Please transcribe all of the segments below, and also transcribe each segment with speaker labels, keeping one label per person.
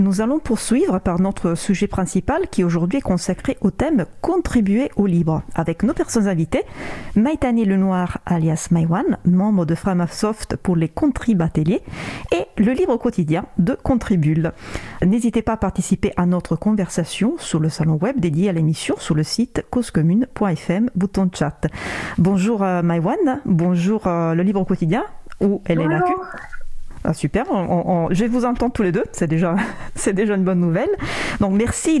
Speaker 1: Nous allons poursuivre par notre sujet principal qui aujourd'hui est consacré au thème « Contribuer au libre » avec nos personnes invitées, Maïtani Lenoir alias Maïwan, membre de Framasoft pour les Contribateliers et le livre quotidien de Contribule. N'hésitez pas à participer à notre conversation sur le salon web dédié à l'émission sur le site causecommune.fm, bouton chat. Bonjour Maïwan, bonjour le livre quotidien où elle est là. Ah, super, je vais vous entendre tous les deux, c'est déjà une bonne nouvelle. Donc merci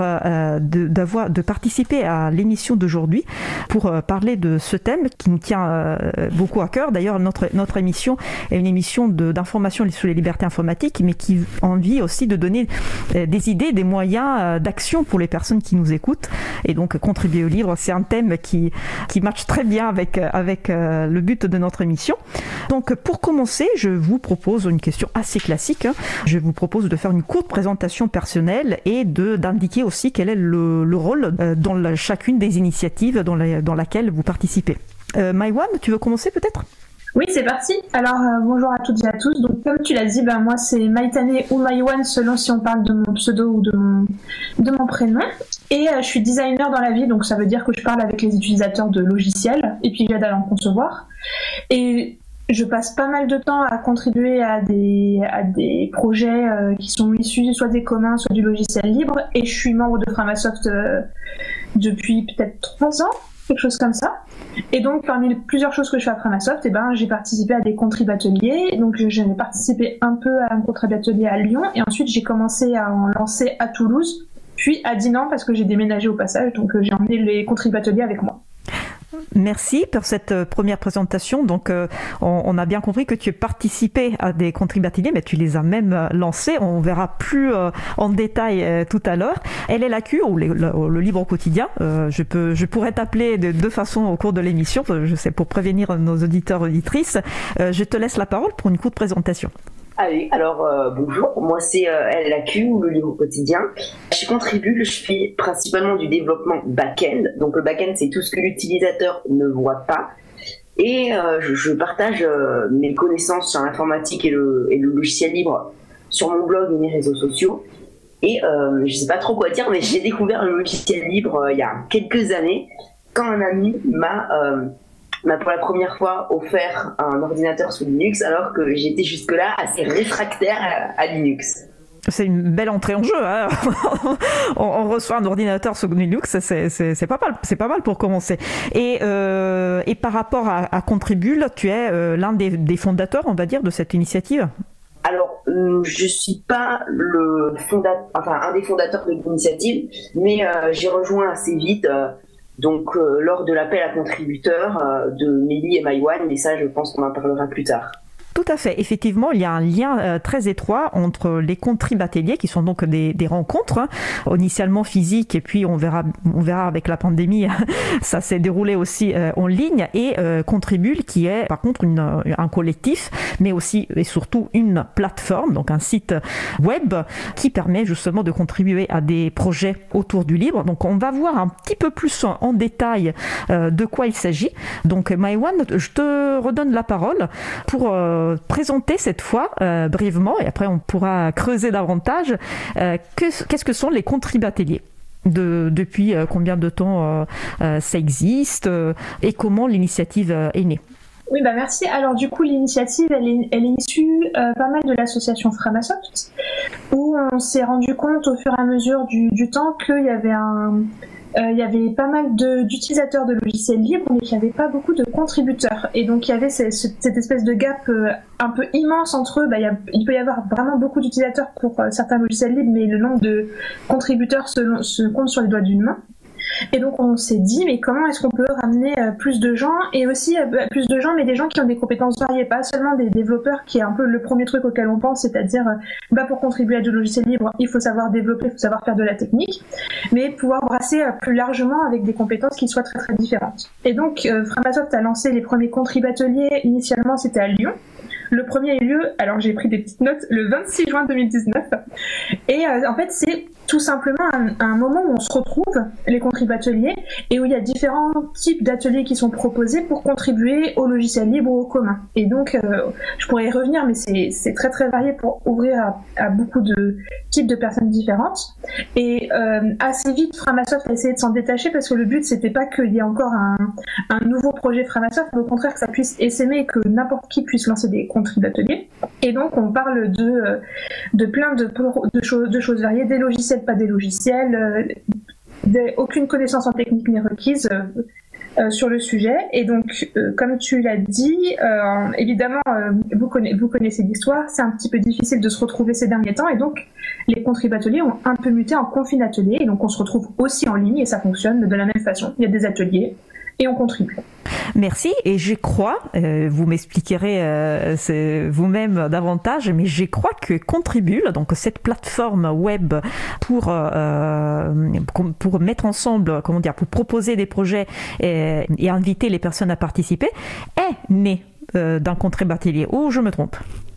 Speaker 1: de participer à l'émission d'aujourd'hui pour parler de ce thème qui nous tient beaucoup à cœur. D'ailleurs, notre émission est une émission d'information sur les libertés informatiques, mais qui a envie aussi de donner des idées, des moyens d'action pour les personnes qui nous écoutent. Et donc contribuer au libre, c'est un thème qui matche très bien avec le but de notre émission. Donc pour commencer, je vous propose une question assez classique. Je vous propose de faire une courte présentation personnelle et d'indiquer aussi quel est le rôle dans chacune des initiatives dans laquelle vous participez. Maïwan, tu veux commencer peut-être ?
Speaker 2: Oui, c'est parti. Alors, bonjour à toutes et à tous. Donc, comme tu l'as dit, moi, c'est Maïtani ou Maïwan, selon si on parle de mon pseudo ou de mon prénom. Et je suis designer dans la vie, donc ça veut dire que je parle avec les utilisateurs de logiciels et puis j'aide à en concevoir. Et je passe pas mal de temps à contribuer à des projets qui sont issus soit des communs, soit du logiciel libre. Et je suis membre de Framasoft depuis peut-être 3 ans, quelque chose comme ça. Et donc, parmi plusieurs choses que je fais à Framasoft, j'ai participé à des contribateliers. Donc, j'ai participé un peu à un contribatelier à Lyon. Et ensuite, j'ai commencé à en lancer à Toulouse, puis à Dinan, parce que j'ai déménagé au passage. Donc, j'ai emmené les contribateliers avec moi.
Speaker 1: Merci pour cette première présentation. Donc, on a bien compris que tu as participé à des contribateliers, mais tu les as même lancés. On verra plus en détail tout à l'heure. LLAQ, ou le livre quotidien, je pourrais t'appeler de deux façons au cours de l'émission, je sais, pour prévenir nos auditeurs et auditrices. Je te laisse la parole pour une courte présentation.
Speaker 3: Allez, alors bonjour, moi c'est LLAQ ou le livre quotidien. Je contribue, je fais principalement du développement back-end. Donc le back-end, c'est tout ce que l'utilisateur ne voit pas. Et je partage mes connaissances sur l'informatique et le logiciel libre sur mon blog et mes réseaux sociaux. Et je sais pas trop quoi dire, mais j'ai découvert le logiciel libre il y a quelques années quand un ami m'a pour la première fois offert un ordinateur sous Linux, alors que j'étais jusque-là assez réfractaire à Linux.
Speaker 1: C'est une belle entrée en jeu, hein. On reçoit un ordinateur sous Linux, c'est pas mal pour commencer. Et par rapport à Contribule, tu es l'un des fondateurs, on va dire, de cette initiative.
Speaker 3: Alors, je suis pas un des fondateurs de l'initiative, mais j'ai rejoint assez vite. Donc, lors de l'appel à contributeurs de Mélie et Maïwan, mais ça, je pense qu'on en parlera plus tard.
Speaker 1: Tout à fait. Effectivement, il y a un lien très étroit entre les contribateliers, qui sont donc des rencontres, initialement physiques, et puis on verra avec la pandémie, ça s'est déroulé aussi en ligne, et Contribule, qui est par contre un collectif, mais aussi et surtout une plateforme, donc un site web, qui permet justement de contribuer à des projets autour du libre. Donc on va voir un petit peu plus en détail de quoi il s'agit. Donc Maïwan, je te redonne la parole pour présenter cette fois brièvement, et après on pourra creuser davantage qu'est-ce que sont les contribateliers, depuis combien de temps ça existe et comment l'initiative est née.
Speaker 2: Oui, merci. Alors du coup, l'initiative, elle est issue pas mal de l'association Framasoft, où on s'est rendu compte au fur et à mesure du temps qu'il y avait il y avait pas mal d'utilisateurs de logiciels libres, mais qu'il n'y avait pas beaucoup de contributeurs. Et donc, il y avait cette espèce de gap un peu immense entre eux. Il peut y avoir vraiment beaucoup d'utilisateurs pour certains logiciels libres, mais le nombre de contributeurs se compte sur les doigts d'une main. Et donc on s'est dit, mais comment est-ce qu'on peut ramener plus de gens, et aussi plus de gens, mais des gens qui ont des compétences variées, pas seulement des développeurs, qui est un peu le premier truc auquel on pense, c'est-à-dire pour contribuer à du logiciel libre, il faut savoir développer, il faut savoir faire de la technique, mais pouvoir brasser plus largement avec des compétences qui soient très très différentes. Et donc Framasoft a lancé les premiers contribateliers, initialement c'était à Lyon. Le premier a eu lieu, alors j'ai pris des petites notes, le 26 juin 2019. Et en fait, c'est tout simplement un moment où on se retrouve, les contribateliers, et où il y a différents types d'ateliers qui sont proposés pour contribuer au logiciel libre ou au commun. Et donc, je pourrais y revenir, mais c'est très très varié pour ouvrir à beaucoup de types de personnes différentes. Et assez vite, Framasoft a essayé de s'en détacher parce que le but, c'était pas qu'il y ait encore un nouveau projet Framasoft, mais au contraire que ça puisse essaimer et que n'importe qui puisse lancer des contribateliers. Et donc, on parle de plein de choses variées, des logiciels, pas des logiciels, aucune connaissance en technique n'est requise sur le sujet. Et donc, comme tu l'as dit, évidemment, vous connaissez l'histoire, c'est un petit peu difficile de se retrouver ces derniers temps, et donc les contribateliers ont un peu muté en confine-ateliers, et donc on se retrouve aussi en ligne, et ça fonctionne de la même façon. Il y a des ateliers, et on contribue.
Speaker 1: Merci, et je crois, vous m'expliquerez vous-même davantage, mais je crois que Contribule, donc cette plateforme web pour mettre ensemble, pour proposer des projets et inviter les personnes à participer, est née d'un contribatelier, ou je me trompe?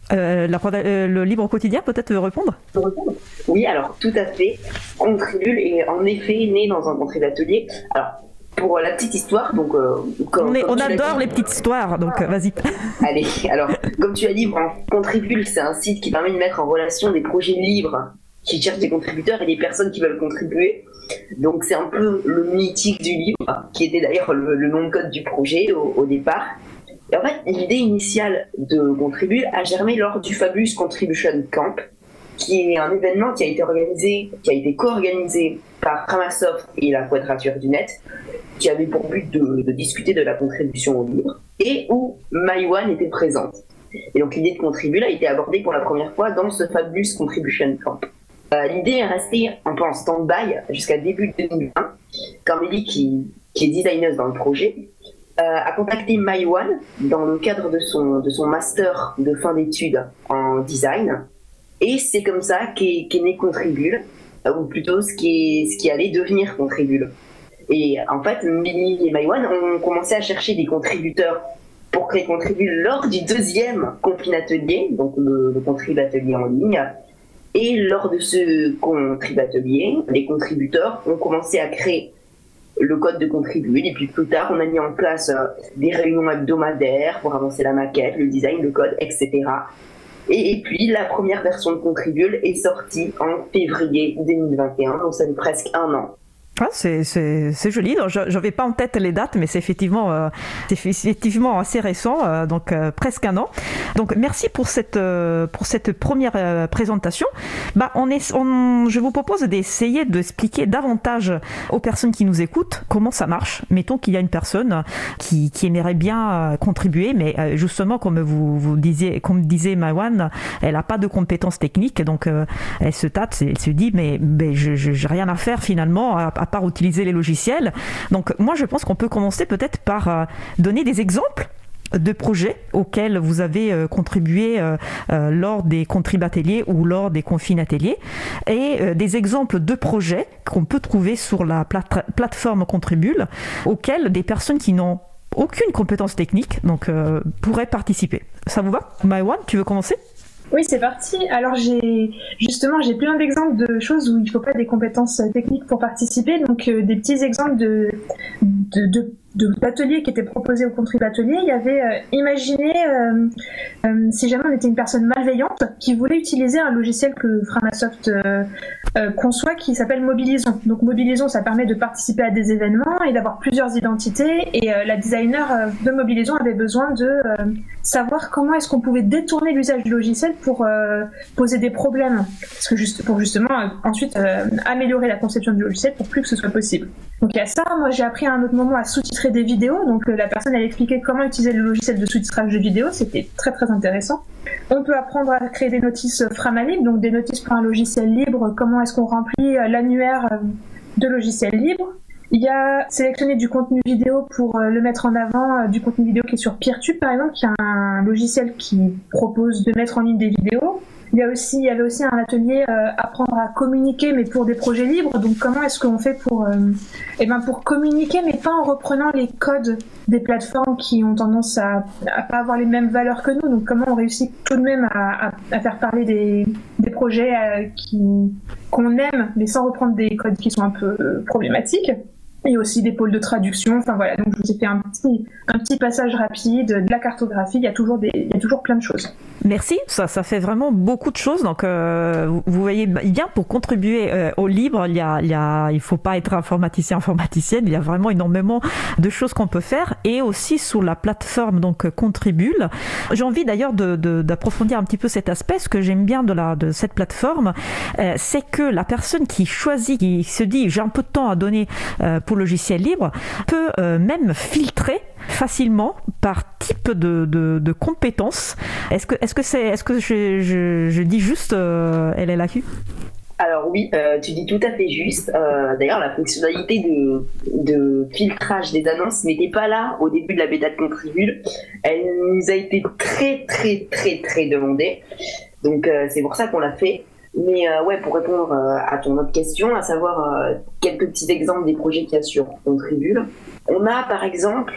Speaker 1: Le Libre Quotidien peut-être répondre?
Speaker 3: Oui, alors tout à fait. Contribule est en effet né dans un contribatelier. Alors, pour la petite histoire, donc
Speaker 1: on adore les petites histoires, donc vas-y.
Speaker 3: Allez, alors comme tu as dit, Contribule, c'est un site qui permet de mettre en relation des projets libres qui cherchent des contributeurs et des personnes qui veulent contribuer. Donc c'est un peu le mythique du livre, qui était d'ailleurs le nom de code du projet au départ. Et en fait, l'idée initiale de Contribule a germé lors du Fabulous Contribution Camp, qui est un événement qui a été co-organisé par Framasoft et la Quadrature du Net, qui avait pour but de discuter de la contribution au livre, et où Maïwan était présente. Et donc l'idée de Contribule a été abordée pour la première fois dans ce Fabulous Contribution Camp. L'idée est restée un peu en stand-by jusqu'à début 2020, quand Mélie, qui est designeuse dans le projet, a contacté Maïwan dans le cadre de son master de fin d'études en design, et c'est comme ça qu'est né Contribule, ou plutôt ce qui allait devenir Contribule. Et en fait, Mélie et Maïwan ont commencé à chercher des contributeurs pour créer Contribule lors du deuxième confine-atelier, donc le contribatelier en ligne. Et lors de ce contribatelier, les contributeurs ont commencé à créer le code de Contribule, et puis plus tard, on a mis en place des réunions hebdomadaires pour avancer la maquette, le design, le code, etc. Et puis, la première version de Contribule est sortie en février 2021, donc ça fait presque un an.
Speaker 1: Ah, c'est joli. Je n'avais pas en tête les dates, mais c'est effectivement assez récent, donc presque un an. Donc merci pour cette première présentation. Je vous propose d'essayer d'expliquer davantage aux personnes qui nous écoutent comment ça marche. Mettons qu'il y a une personne qui aimerait bien contribuer, mais justement comme vous disiez, comme disait Maïwan, elle n'a pas de compétences techniques, donc elle se tâte, elle se dit mais j'ai rien à faire finalement à part utiliser les logiciels. Donc moi je pense qu'on peut commencer peut-être par donner des exemples de projets auxquels vous avez contribué lors des contribateliers ou lors des confine-ateliers, et des exemples de projets qu'on peut trouver sur la plateforme Contribule auxquels des personnes qui n'ont aucune compétence technique pourraient participer. Ça vous va? Maïwan, tu veux commencer?
Speaker 2: Oui, c'est parti. Alors j'ai plein d'exemples de choses où il ne faut pas des compétences techniques pour participer. Donc des petits exemples d'ateliers qui étaient proposés au contribatelier. Il y avait imaginez si jamais on était une personne malveillante qui voulait utiliser un logiciel que Framasoft conçoit qui s'appelle Mobilisons. Donc Mobilisons, ça permet de participer à des événements et d'avoir plusieurs identités, et la designer de Mobilisons avait besoin de savoir comment est-ce qu'on pouvait détourner l'usage du logiciel pour poser des problèmes, pour justement ensuite améliorer la conception du logiciel pour plus que ce soit possible. Donc il y a ça. Moi j'ai appris à un autre moment à sous-titrer des vidéos, donc la personne elle expliquait comment utiliser le logiciel de sous-titrage de vidéos, c'était très très intéressant. On peut apprendre à créer des notices Framalib, donc des notices pour un logiciel libre, comment est-ce qu'on remplit l'annuaire de logiciels libres. Il y a sélectionner du contenu vidéo pour le mettre en avant, du contenu vidéo qui est sur Peertube par exemple, qui est un logiciel qui propose de mettre en ligne des vidéos. Il y avait aussi un atelier apprendre à communiquer, mais pour des projets libres. Donc comment est-ce qu'on fait pour communiquer, mais pas en reprenant les codes des plateformes qui ont tendance à pas avoir les mêmes valeurs que nous. Donc comment on réussit tout de même à faire parler des projets qu'on aime, mais sans reprendre des codes qui sont un peu problématiques. Et aussi des pôles de traduction. Enfin voilà, donc je vous ai fait un petit passage rapide de la cartographie. Il y a toujours plein de choses.
Speaker 1: Merci, ça fait vraiment beaucoup de choses. Donc vous voyez bien, pour contribuer au libre, il faut pas être informaticienne. Il y a vraiment énormément de choses qu'on peut faire, et aussi sur la plateforme donc Contribule. J'ai envie d'ailleurs d'approfondir un petit peu cet aspect. Ce que j'aime bien de cette plateforme, c'est que la personne qui choisit, qui se dit j'ai un peu de temps à donner pour le logiciel libre, peut même filtrer facilement par type de compétences. Est-ce que je dis juste LLAQ?
Speaker 3: Alors oui, tu dis tout à fait juste. D'ailleurs, la fonctionnalité de filtrage des annonces n'était pas là au début de la bêta de Contribule. Elle nous a été très très très très demandée. Donc c'est pour ça qu'on l'a fait. Mais ouais, pour répondre à ton autre question, à savoir quelques petits exemples des projets qu'il y a sur Contribule. On a par exemple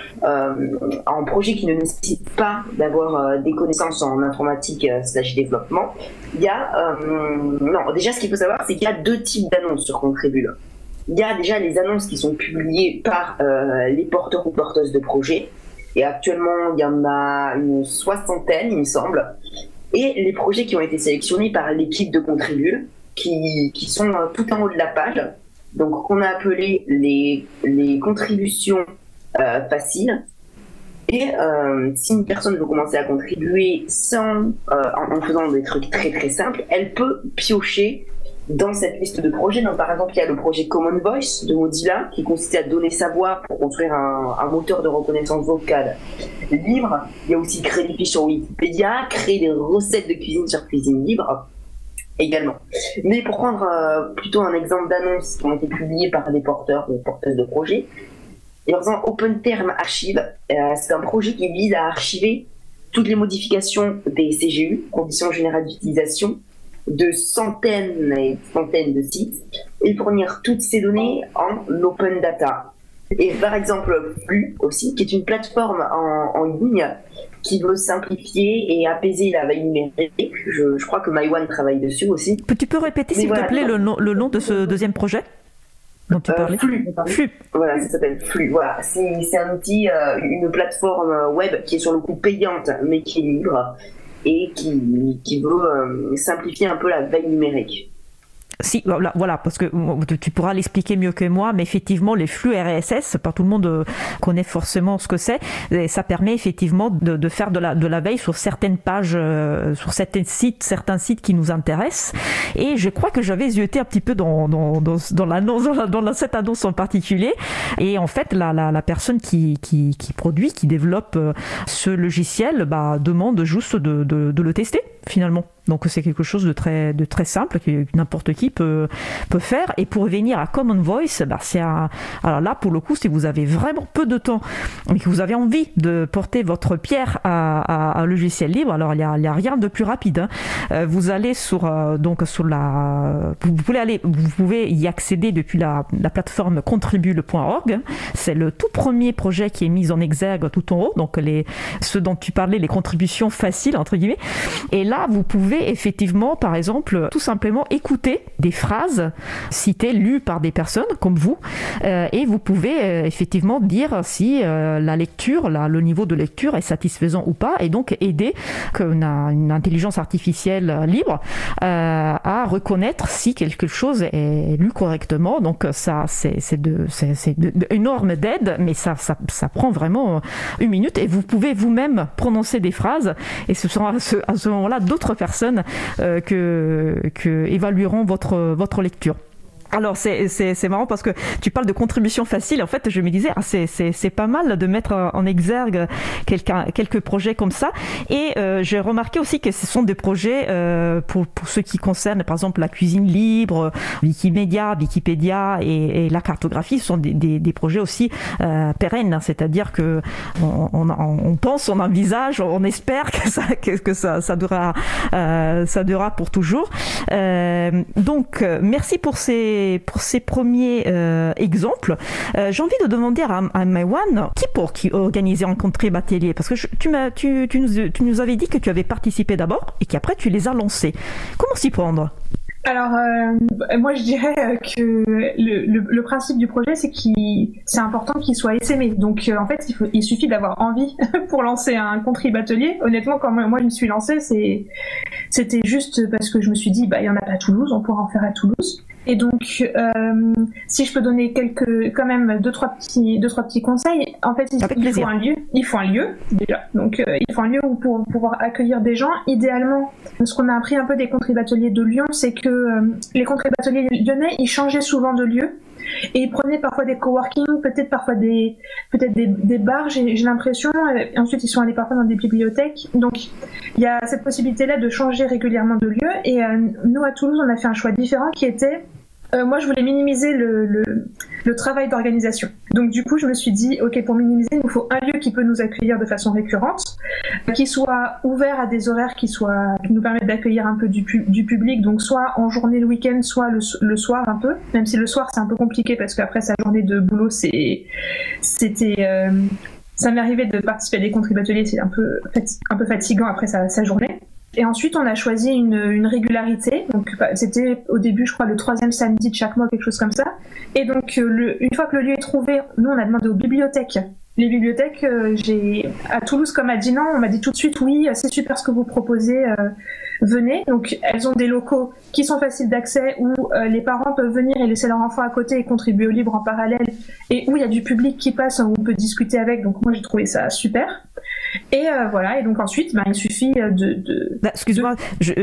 Speaker 3: un projet qui ne nécessite pas d'avoir des connaissances en informatique / développement. Il y a non, déjà ce qu'il faut savoir, c'est qu'il y a 2 types d'annonces sur Contribule. Il y a déjà les annonces qui sont publiées par les porteurs ou porteuses de projets. Et actuellement, il y en a une 60aine, il me semble. Et les projets qui ont été sélectionnés par l'équipe de Contribule, qui sont tout en haut de la page, donc qu'on a appelé les contributions faciles. Et si une personne veut commencer à contribuer en faisant des trucs très très simples, elle peut piocher dans cette liste de projets. Donc, par exemple, il y a le projet Common Voice de Mozilla, qui consistait à donner sa voix pour construire un moteur de reconnaissance vocale libre. Il y a aussi créer des fiches sur Wikipédia, créer des recettes de cuisine sur Cuisine Libre également. Mais pour prendre plutôt un exemple d'annonces qui ont été publiées par des porteurs ou porteuses de projets, et par exemple Open Term Archive, c'est un projet qui vise à archiver toutes les modifications des CGU, conditions générales d'utilisation, de centaines et centaines de sites, et fournir toutes ces données en open data. Et par exemple Flux aussi, qui est une plateforme en ligne qui veut simplifier et apaiser la veille numérique. Je crois que MyOne travaille dessus aussi.
Speaker 1: Tu peux répéter s'il te plaît le nom de ce deuxième projet dont tu parlais?
Speaker 3: Flux. Voilà, ça s'appelle Flux. Voilà, c'est un outil, une plateforme web qui est sur le coup payante mais qui est libre et qui veut simplifier un peu la veille numérique.
Speaker 1: Si, voilà, parce que tu pourras l'expliquer mieux que moi, mais effectivement, les flux RSS, pas tout le monde connaît forcément ce que c'est, et ça permet effectivement de faire de la veille sur certaines pages, sur certains sites qui nous intéressent. Et je crois que j'avais zioté un petit peu dans l'annonce, dans cette annonce en particulier. Et en fait, la personne qui produit, qui développe ce logiciel, demande juste de le tester finalement. Donc c'est quelque chose de très simple que n'importe qui peut faire. Et pour revenir à Common Voice, alors là pour le coup, si vous avez vraiment peu de temps et que vous avez envie de porter votre pierre à un logiciel libre, alors il y a rien de plus rapide. Vous allez vous pouvez y accéder depuis la plateforme contribule.org. C'est le tout premier projet qui est mis en exergue tout en haut. Donc ceux dont tu parlais, les contributions faciles entre guillemets. Et là vous pouvez effectivement, par exemple, tout simplement écouter des phrases citées, lues par des personnes comme vous, et vous pouvez effectivement dire si la lecture, le niveau de lecture est satisfaisant ou pas, et donc aider une intelligence artificielle libre à reconnaître si quelque chose est lu correctement. Donc ça, c'est une norme d'aide, mais ça prend vraiment 1 minute, et vous pouvez vous-même prononcer des phrases, et ce seront à ce moment-là d'autres personnes que évalueront votre lecture. Alors c'est marrant parce que tu parles de contribution facile. En fait, je me disais c'est pas mal de mettre en exergue quelques projets comme ça. Et j'ai remarqué aussi que ce sont des projets pour ceux qui concernent par exemple la cuisine libre, Wikipédia et la cartographie. Ce sont des projets aussi pérennes. C'est-à-dire que on pense, on envisage, on espère que ça durera pour toujours. Donc merci pour ces premiers exemples. J'ai envie de demander à Maïwan qui organisait un contrib atelier, parce que tu nous avais dit que tu avais participé d'abord et qu'après tu les as lancés. Comment s'y prendre?
Speaker 2: Alors, moi je dirais que le principe du projet, c'est important qu'il soit essaimé. Donc, en fait, il suffit d'avoir envie pour lancer un contrib atelier. Honnêtement, quand moi je me suis lancée, c'était juste parce que je me suis dit, il y en a pas à Toulouse, on pourra en faire à Toulouse. Et donc, si je peux donner quand même deux, trois petits conseils. En fait, il faut un lieu déjà. Donc, il faut un lieu pour pouvoir accueillir des gens. Idéalement, ce qu'on a appris un peu des contrib ateliers de Lyon, c'est que les contrib ateliers lyonnais, ils changeaient souvent de lieu. Et ils prenaient parfois des coworking, peut-être parfois des bars, j'ai l'impression. Et ensuite, ils sont allés parfois dans des bibliothèques. Donc, il y a cette possibilité-là de changer régulièrement de lieu. Et nous, à Toulouse, on a fait un choix différent qui était... moi, je voulais minimiser le travail d'organisation. Donc, du coup, je me suis dit, OK, pour minimiser, il nous faut un lieu qui peut nous accueillir de façon récurrente, qui soit ouvert à des horaires qui nous permettent d'accueillir un peu du public, donc soit en journée le week-end, soit le soir un peu, même si le soir, c'est un peu compliqué parce qu'après sa journée de boulot, ça m'est arrivé de participer à des contrib ateliers, c'est un peu fatigant après sa journée. Et ensuite, on a choisi une régularité. Donc, c'était au début, je crois, le 3e samedi de chaque mois, quelque chose comme ça. Et donc, une fois que le lieu est trouvé, nous, on a demandé aux bibliothèques. Les bibliothèques, à Toulouse comme à Dinan, on m'a dit tout de suite, oui, c'est super ce que vous proposez, venez. Donc, elles ont des locaux qui sont faciles d'accès, où les parents peuvent venir et laisser leur enfant à côté et contribuer au libre en parallèle, et où il y a du public qui passe, où on peut discuter avec. Donc, moi, j'ai trouvé ça super. Et voilà, et donc ensuite, il suffit
Speaker 1: excuse-moi,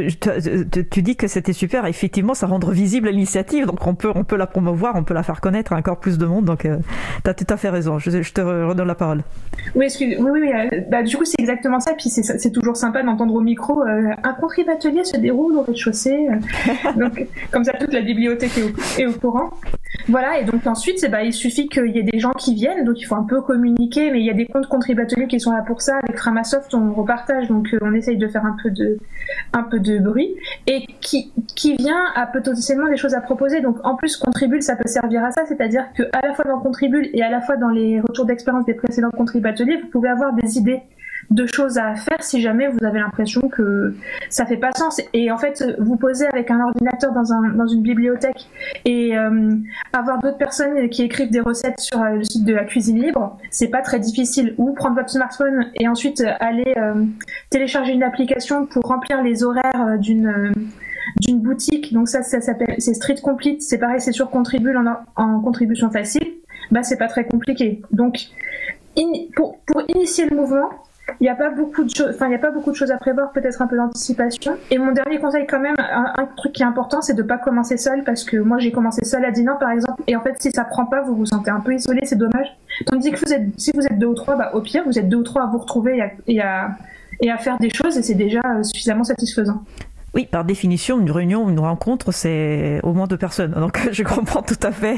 Speaker 1: tu dis que c'était super, effectivement, ça rend visible l'initiative, donc on peut la promouvoir, on peut la faire connaître à encore plus de monde, donc tu as tout à fait raison, je te redonne la parole.
Speaker 2: Oui, du coup, c'est exactement ça, puis c'est toujours sympa d'entendre au micro, un contrib atelier se déroule au rez-de-chaussée, donc comme ça, toute la bibliothèque est au courant. Voilà, et donc ensuite, il suffit qu'il y ait des gens qui viennent, donc il faut un peu communiquer, mais il y a des comptes contrib ateliers qui sont là pour ça. Avec Framasoft, on repartage, donc on essaye de faire un peu de bruit, et qui vient à potentiellement des choses à proposer. Donc en plus, Contribule, ça peut servir à ça, c'est-à-dire que à la fois dans Contribule et à la fois dans les retours d'expérience des précédents contrib ateliers, vous pouvez avoir des idées de choses à faire si jamais vous avez l'impression que ça fait pas sens. Et en fait, vous posez avec un ordinateur dans une bibliothèque et avoir d'autres personnes qui écrivent des recettes sur le site de la cuisine libre, c'est pas très difficile. Ou prendre votre smartphone et ensuite aller télécharger une application pour remplir les horaires d'une boutique. Donc ça s'appelle, c'est Street Complete. C'est pareil, c'est sur Contribule en contribution facile. C'est pas très compliqué. Donc pour initier le mouvement, il n'y a pas beaucoup de choses à prévoir, peut-être un peu d'anticipation. Et mon dernier conseil quand même, un truc qui est important, c'est de pas commencer seul, parce que moi j'ai commencé seul à Dinan par exemple, et en fait si ça prend pas, vous vous sentez un peu isolé, c'est dommage. Tandis que si vous êtes 2 ou 3, au pire vous êtes 2 ou 3 à vous retrouver et à faire des choses, et c'est déjà suffisamment satisfaisant.
Speaker 1: Oui, par définition, une réunion, une rencontre, c'est au moins 2 personnes. Donc, je comprends tout à fait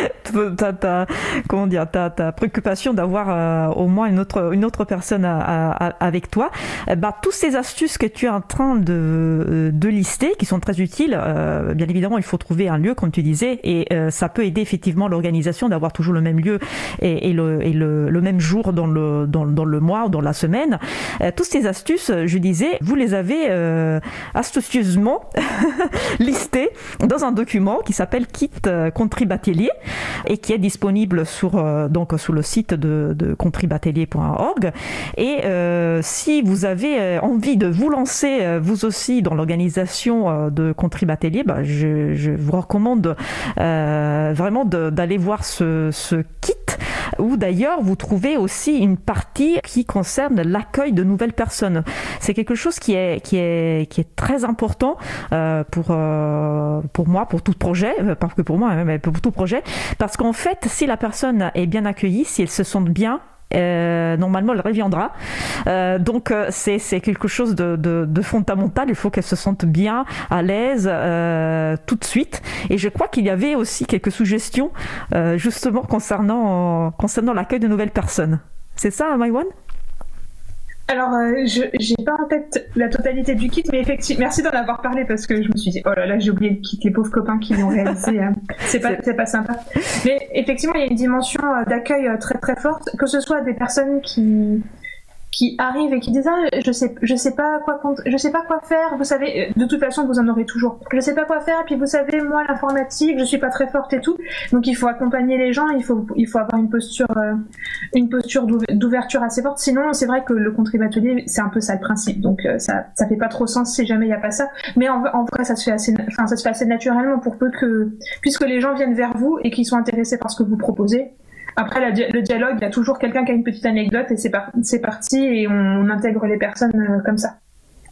Speaker 1: ta préoccupation d'avoir au moins une autre personne avec toi. Tous ces astuces que tu es en train de lister, qui sont très utiles, bien évidemment, il faut trouver un lieu, comme tu disais, et ça peut aider effectivement l'organisation d'avoir toujours le même lieu et le même jour dans le mois ou dans la semaine. Toutes ces astuces, je disais, vous les avez astucieusement listé dans un document qui s'appelle Kit Contrib Atelier et qui est disponible sur le site de contribatelier.org. Et si vous avez envie de vous lancer vous aussi dans l'organisation de Contrib Atelier, je vous recommande vraiment d'aller voir ce kit où d'ailleurs vous trouvez aussi une partie qui concerne l'accueil de nouvelles personnes. C'est quelque chose qui est très important pour moi, pour tout projet, pas que pour moi, mais pour tout projet, parce qu'en fait, si la personne est bien accueillie, si elle se sent bien, normalement elle reviendra, donc c'est quelque chose de fondamental. Il faut qu'elle se sente bien, à l'aise tout de suite. Et je crois qu'il y avait aussi quelques suggestions justement concernant l'accueil de nouvelles personnes. C'est ça, Maïwan?
Speaker 2: Alors, je n'ai pas en tête la totalité du kit, mais effectivement, merci d'en avoir parlé parce que je me suis dit, oh là là, j'ai oublié le kit, les pauvres copains qui l'ont réalisé, c'est pas sympa. Mais effectivement, il y a une dimension d'accueil très très forte, que ce soit des personnes qui arrivent et qui disent je sais pas quoi faire, vous savez, de toute façon vous en aurez toujours, je sais pas quoi faire, et puis vous savez, moi l'informatique je suis pas très forte et tout, donc il faut accompagner les gens, il faut avoir une posture d'ouverture assez forte, sinon c'est vrai que le contrib atelier c'est un peu ça le principe, donc ça fait pas trop sens si jamais il y a pas ça, mais en vrai ça se fait assez naturellement, pour peu que, puisque les gens viennent vers vous et qu'ils sont intéressés par ce que vous proposez. Après, le dialogue, il y a toujours quelqu'un qui a une petite anecdote et c'est parti et on intègre les personnes comme ça.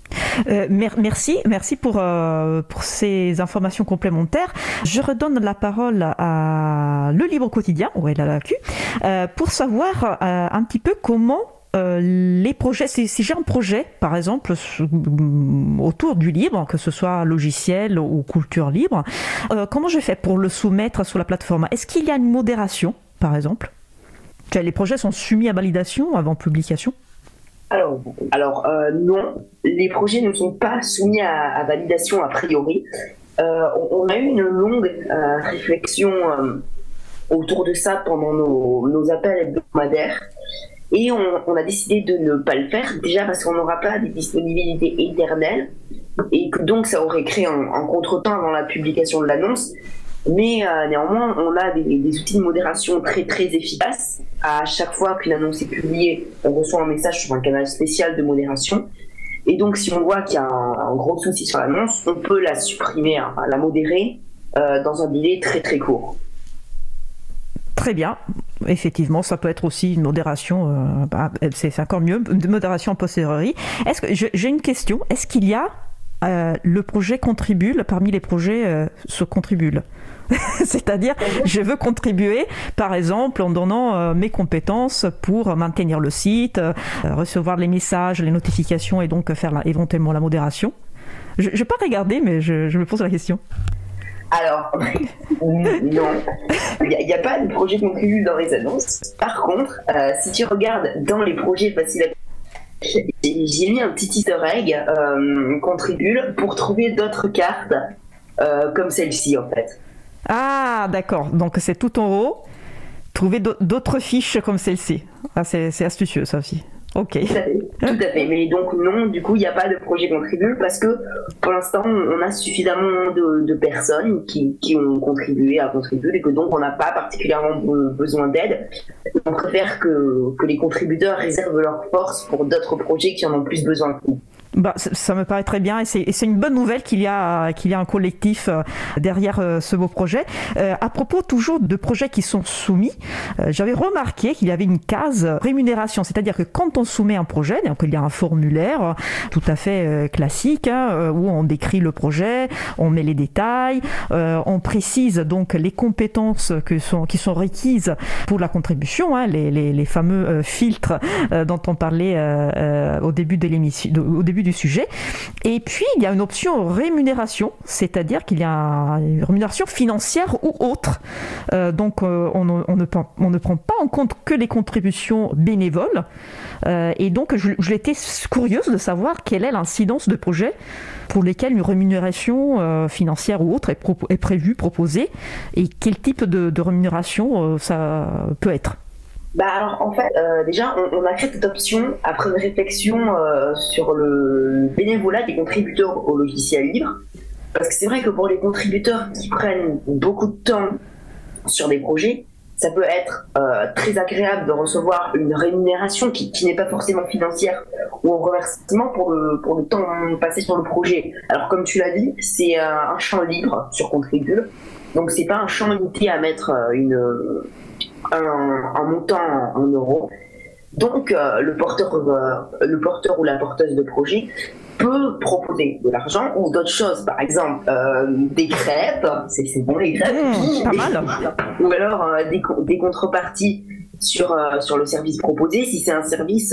Speaker 1: Merci pour ces informations complémentaires. Je redonne la parole à Le Libre Quotidien, où elle a la Q, pour savoir un petit peu comment les projets, si j'ai un projet, par exemple, autour du libre, que ce soit logiciel ou culture libre, comment je fais pour le soumettre sur la plateforme? Est-ce qu'il y a une modération, par exemple? Les projets sont soumis à validation avant publication?
Speaker 3: Alors non, les projets ne sont pas soumis à validation a priori. On a eu une longue réflexion autour de ça pendant nos appels hebdomadaires. Et on a décidé de ne pas le faire, déjà parce qu'on n'aura pas des disponibilités éternelles et que donc ça aurait créé un contretemps avant la publication de l'annonce. Mais néanmoins, on a des outils de modération très très efficaces. À chaque fois qu'une annonce est publiée, on reçoit un message sur un canal spécial de modération. Et donc, si on voit qu'il y a un gros souci sur l'annonce, on peut la supprimer, la modérer dans un délai très très court.
Speaker 1: Très bien. Effectivement, ça peut être aussi une modération, c'est encore mieux, une modération en posteriori. Est-ce que j'ai une question? Est-ce qu'il y a le projet Contribule parmi les projets sur Contribule? C'est-à-dire, je veux contribuer, par exemple, en donnant mes compétences pour maintenir le site, recevoir les messages, les notifications et donc faire éventuellement la modération. Je ne vais pas regarder, mais je me pose la question.
Speaker 3: Alors, non, il n'y a pas de projet Contribule dans les annonces. Par contre, si tu regardes dans les projets faciles à j'ai mis un petit easter egg Contribule pour trouver d'autres cartes comme celle-ci en fait.
Speaker 1: Ah d'accord, donc c'est tout en haut, trouver d'autres fiches comme celle-ci. Ah, c'est astucieux ça aussi. Ok.
Speaker 3: Tout à fait. Mais donc non, du coup il n'y a pas de projet Contribule parce que pour l'instant on a suffisamment de personnes qui ont contribué à Contribule et que donc on n'a pas particulièrement besoin d'aide. On préfère que les contributeurs réservent leurs forces pour d'autres projets qui en ont plus besoin que nous.
Speaker 1: Ça me paraît très bien et c'est une bonne nouvelle qu'il y a un collectif derrière ce beau projet. À propos toujours de projets qui sont soumis, j'avais remarqué qu'il y avait une case rémunération, c'est-à-dire que quand on soumet un projet, donc il y a un formulaire tout à fait classique où on décrit le projet, on met les détails, on précise donc les compétences qui sont requises pour la contribution, les fameux filtres dont on parlait au début de l'émission, au début du sujet. Et puis il y a une option rémunération, c'est-à-dire qu'il y a une rémunération financière ou autre. Donc on ne prend pas en compte que les contributions bénévoles. Et donc je l'étais curieuse de savoir quelle est l'incidence de projets pour lesquels une rémunération financière ou autre est prévue, proposée, et quel type de rémunération ça peut être.
Speaker 3: Alors en fait, déjà on a créé cette option après une réflexion sur le bénévolat des contributeurs au logiciel libre, parce que c'est vrai que pour les contributeurs qui prennent beaucoup de temps sur des projets, ça peut être très agréable de recevoir une rémunération qui n'est pas forcément financière ou un reversement pour le temps passé sur le projet. Alors comme tu l'as dit, c'est un champ libre sur Contribule, donc c'est pas un champ limité à mettre un montant en euros. Donc, le porteur ou la porteuse de projet peut proposer de l'argent ou d'autres choses, par exemple des crêpes, c'est bon les crêpes,
Speaker 1: pas mal.
Speaker 3: Ou alors des contreparties sur le service proposé si c'est un service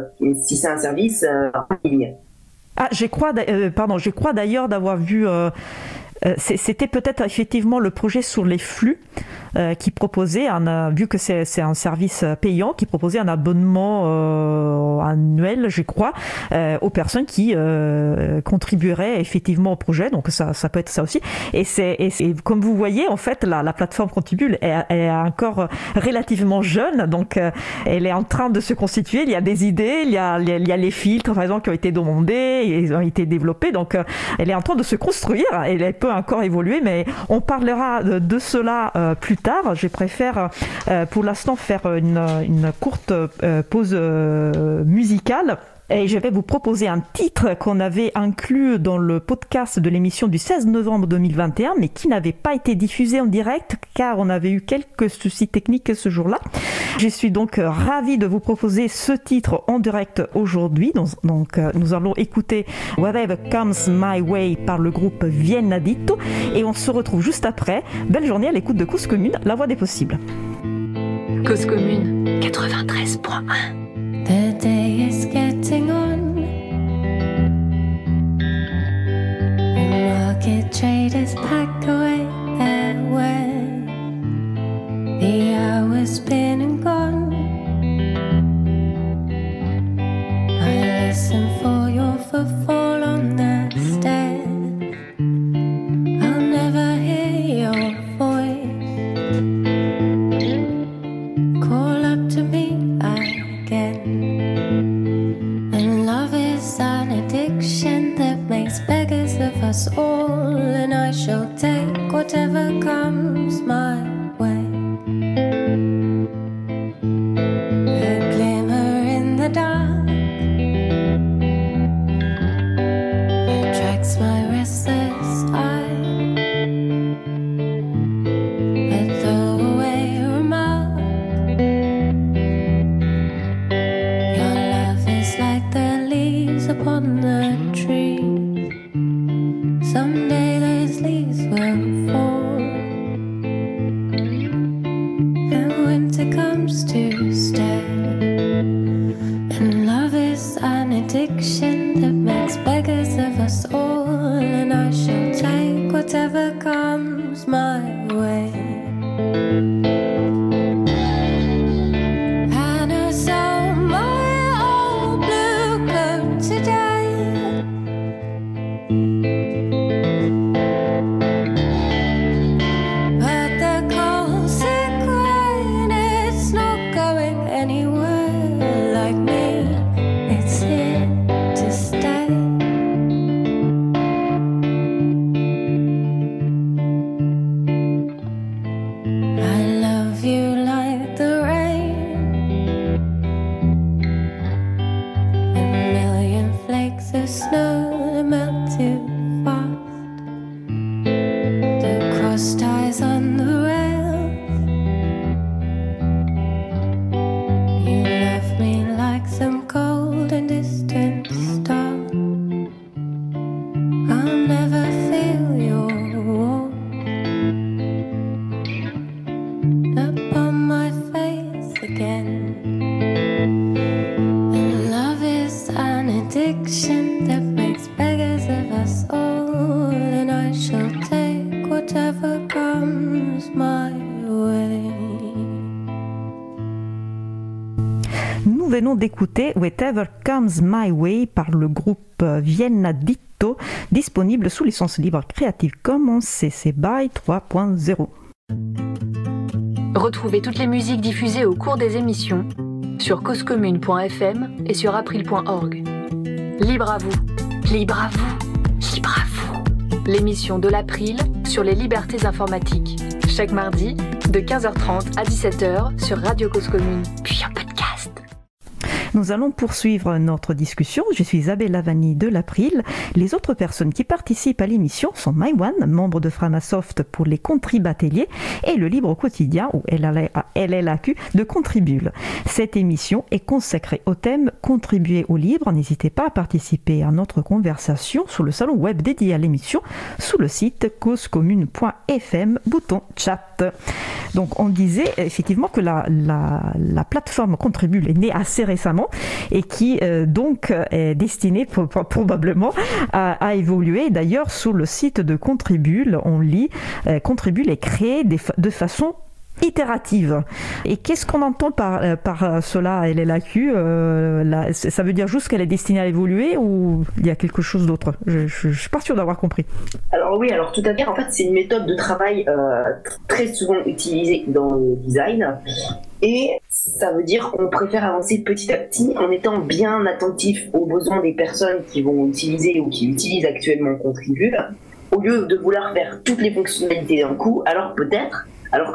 Speaker 3: en ligne. Ah,
Speaker 1: je crois d'ailleurs d'avoir vu. C'était peut-être effectivement le projet sur les flux qui proposait, vu que c'est un service payant, qui proposait un abonnement annuel, je crois, aux personnes qui contribueraient effectivement au projet. Donc ça peut être ça aussi. Et comme vous voyez, en fait, la plateforme Contribule est encore relativement jeune, donc elle est en train de se constituer. Il y a des idées, il y a les filtres, par exemple, qui ont été demandés, ils ont été développés. Donc elle est en train de se construire. Elle peut encore évoluer, mais on parlera de cela plus tard. Je préfère pour l'instant faire une courte pause musicale. Et je vais vous proposer un titre qu'on avait inclus dans le podcast de l'émission du 16 novembre 2021, mais qui n'avait pas été diffusé en direct car on avait eu quelques soucis techniques ce jour-là. Je suis donc ravie de vous proposer ce titre en direct aujourd'hui. Donc nous allons écouter Whatever Comes My Way par le groupe Vienna Ditto et on se retrouve juste après. Belle journée à l'écoute de Cause Commune, la voix des possibles.
Speaker 4: Cause Commune 93.1.
Speaker 5: The day is getting on. The market traders pack away their wares. The hours been and gone. I listen for your footfall on the stairs. I'll never hear your voice. Call up to me again. And love is an addiction that makes beggars of us all. And I shall take whatever comes my way. A glimmer in the dark attracts my restless eye. A throwaway remark. Your love is like the leaves upon the trees. Someday those leaves will fall, and winter comes to stay. And love is an addiction that makes beggars of us all. And I shall take whatever comes my way. And I saw my old blue coat today. But the cold sick rain, it's not going anywhere. Like me, it's here to stay. I love you like the rain. A million flakes of snow that melt too fast. The cross ties on the rails. You love me like some cold and distant star. I'll never feel your warmth upon my face again. And love is an addiction that makes beggars of us all. And I shall take whatever comes my way.
Speaker 1: Nous venons d'écouter Whatever Comes My Way par le groupe Vienna Ditto, disponible sous licence libre Creative Commons CC BY 3.0.
Speaker 4: Retrouvez toutes les musiques diffusées au cours des émissions sur causecommune.fm et sur april.org. Libre à vous, libre à vous, libre à vous. L'émission de l'April sur les libertés informatiques. Chaque mardi de 15h30 à 17h sur Radio Cause Commune, puis en podcast.
Speaker 1: Nous allons poursuivre notre discussion. Je suis Isabelle Lavani de l'April. Les autres personnes qui participent à l'émission sont Maïwan, membre de Framasoft pour les contribateliers, et le Libre Quotidien, ou LLAQ, de Contribule. Cette émission est consacrée au thème « Contribuer au libre ». N'hésitez pas à participer à notre conversation sur le salon web dédié à l'émission, sous le site causecommune.fm, bouton chat. Donc on disait effectivement que la plateforme Contribule est née assez récemment et qui donc est destinée probablement à évoluer. D'ailleurs, sur le site de Contribule, on lit Contribule est créé de façon itérative. Et qu'est-ce qu'on entend par cela, LLAQ? Ça veut dire juste qu'elle est destinée à évoluer ou il y a quelque chose d'autre? Je suis pas sûre d'avoir compris.
Speaker 3: Alors oui, tout à fait. En fait, c'est une méthode de travail très souvent utilisée dans le design. Et ça veut dire qu'on préfère avancer petit à petit en étant bien attentif aux besoins des personnes qui vont utiliser ou qui utilisent actuellement Contribule, au lieu de vouloir faire toutes les fonctionnalités d'un coup, alors que peut-être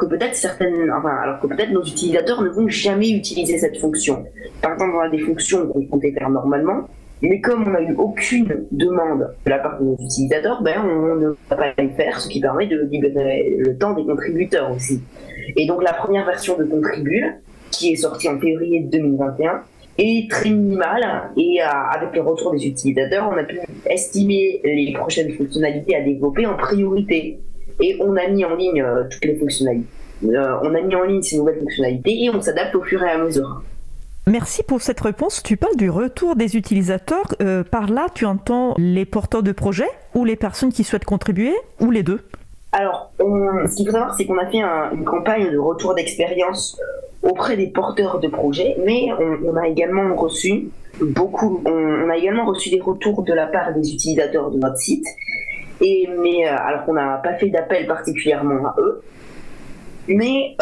Speaker 3: nos utilisateurs ne vont jamais utiliser cette fonction. Par exemple, on a des fonctions qu'on comptait faire normalement, mais comme on n'a eu aucune demande de la part de nos utilisateurs, on ne va pas les faire, ce qui permet de libérer le temps des contributeurs aussi. Et donc la première version de Contribule, qui est sortie en février 2021, est très minimale, et avec les retours des utilisateurs, on a pu estimer les prochaines fonctionnalités à développer en priorité. Et on a mis en ligne toutes les fonctionnalités. On a mis en ligne ces nouvelles fonctionnalités et on s'adapte au fur et à mesure.
Speaker 1: Merci pour cette réponse. Tu parles du retour des utilisateurs. Par là, tu entends les porteurs de projets ou les personnes qui souhaitent contribuer ou les deux? Alors,
Speaker 3: ce qu'il faut savoir, c'est qu'on a fait une campagne de retour d'expérience auprès des porteurs de projets, mais on a également reçu des retours de la part des utilisateurs de notre site. Alors qu'on n'a pas fait d'appel particulièrement à eux, mais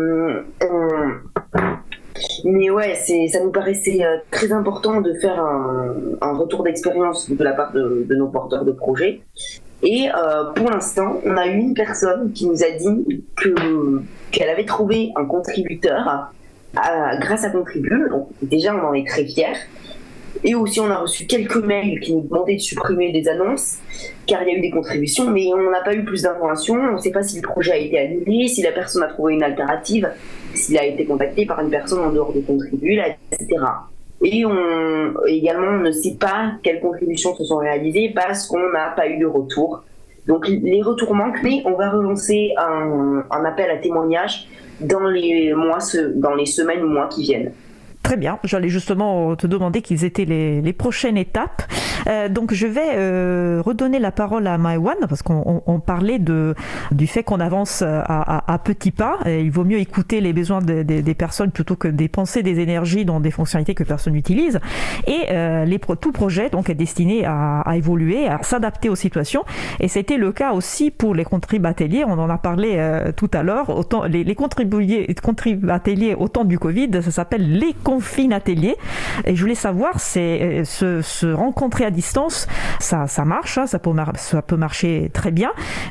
Speaker 3: ouais, ça nous paraissait très important de faire un retour d'expérience de la part de nos porteurs de projets. Et pour l'instant, on a eu une personne qui nous a dit qu'elle avait trouvé un contributeur grâce à Contribule. Donc déjà, on en est très fiers. Et aussi, on a reçu quelques mails qui nous demandaient de supprimer des annonces, car il y a eu des contributions, mais on n'a pas eu plus d'informations. On ne sait pas si le projet a été annulé, si la personne a trouvé une alternative, s'il a été contacté par une personne en dehors de Contribule, etc. Et on ne sait pas quelles contributions se sont réalisées parce qu'on n'a pas eu de retour. Donc les retours manquent, mais on va relancer un appel à témoignages dans les semaines ou mois qui viennent.
Speaker 1: Très bien, j'allais justement te demander quelles étaient les prochaines étapes. Donc je vais redonner la parole à Maïwan parce qu'on parlait du fait qu'on avance à petits pas. Et il vaut mieux écouter les besoins des personnes plutôt que dépenser des énergies dans des fonctionnalités que personne n'utilise. Et tout projet donc est destiné à évoluer, à s'adapter aux situations. Et c'était le cas aussi pour les contribateliers. On en a parlé tout à l'heure. Autant les contribateliers au temps du Covid, ça s'appelle les confinateliers. Et je voulais savoir, c'est se rencontrer à distance, ça marche, hein, ça peut marcher très bien,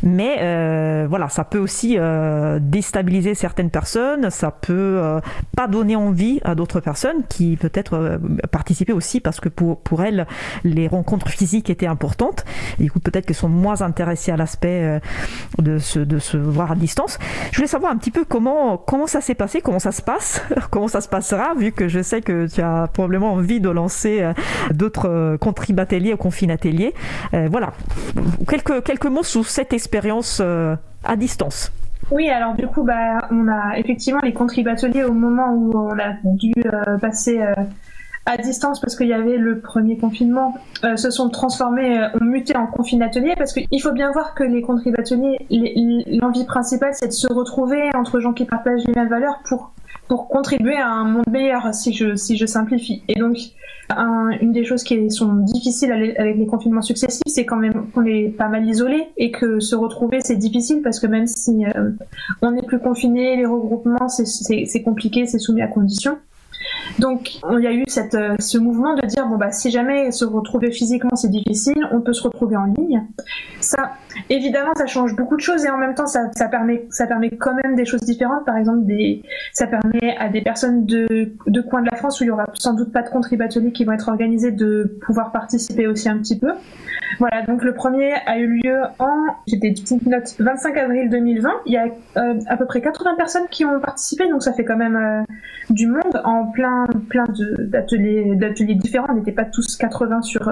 Speaker 1: mais voilà, ça peut aussi déstabiliser certaines personnes, ça peut pas donner envie à d'autres personnes qui peut-être participaient aussi parce que pour elles, les rencontres physiques étaient importantes. Et du coup, peut-être qu'elles sont moins intéressées à l'aspect de se voir à distance. Je voulais savoir un petit peu comment ça s'est passé, comment ça se passe, comment ça se passera, vu que je sais que tu as probablement envie de lancer d'autres contribateliers ou confinateliers. Voilà, quelques mots sur cette expérience à distance.
Speaker 2: Oui, alors du coup, on a effectivement les contribateliers au moment où on a dû passer à distance parce qu'il y avait le premier confinement, se sont transformés, ont muté en confinateliers parce qu'il faut bien voir que les contribateliers, l'envie principale, c'est de se retrouver entre gens qui partagent les mêmes valeurs pour contribuer à un monde meilleur, si je simplifie. Et donc, une des choses qui sont difficiles avec les confinements successifs, c'est quand même qu'on est pas mal isolé et que se retrouver, c'est difficile parce que même si on n'est plus confiné, les regroupements, c'est compliqué, c'est soumis à conditions. Donc il y a eu ce mouvement de dire si jamais se retrouver physiquement c'est difficile, on peut se retrouver en ligne. Ça, évidemment, ça change beaucoup de choses et en même temps ça permet quand même des choses différentes. Par exemple, ça permet à des personnes de coins de la France où il y aura sans doute pas de contribateliers qui vont être organisés de pouvoir participer aussi un petit peu. Voilà, donc le premier a eu lieu j'ai des petites notes, 25 avril 2020. Il y a à peu près 80 personnes qui ont participé, donc ça fait quand même du monde en plein d'ateliers différents. On n'était pas tous 80 sur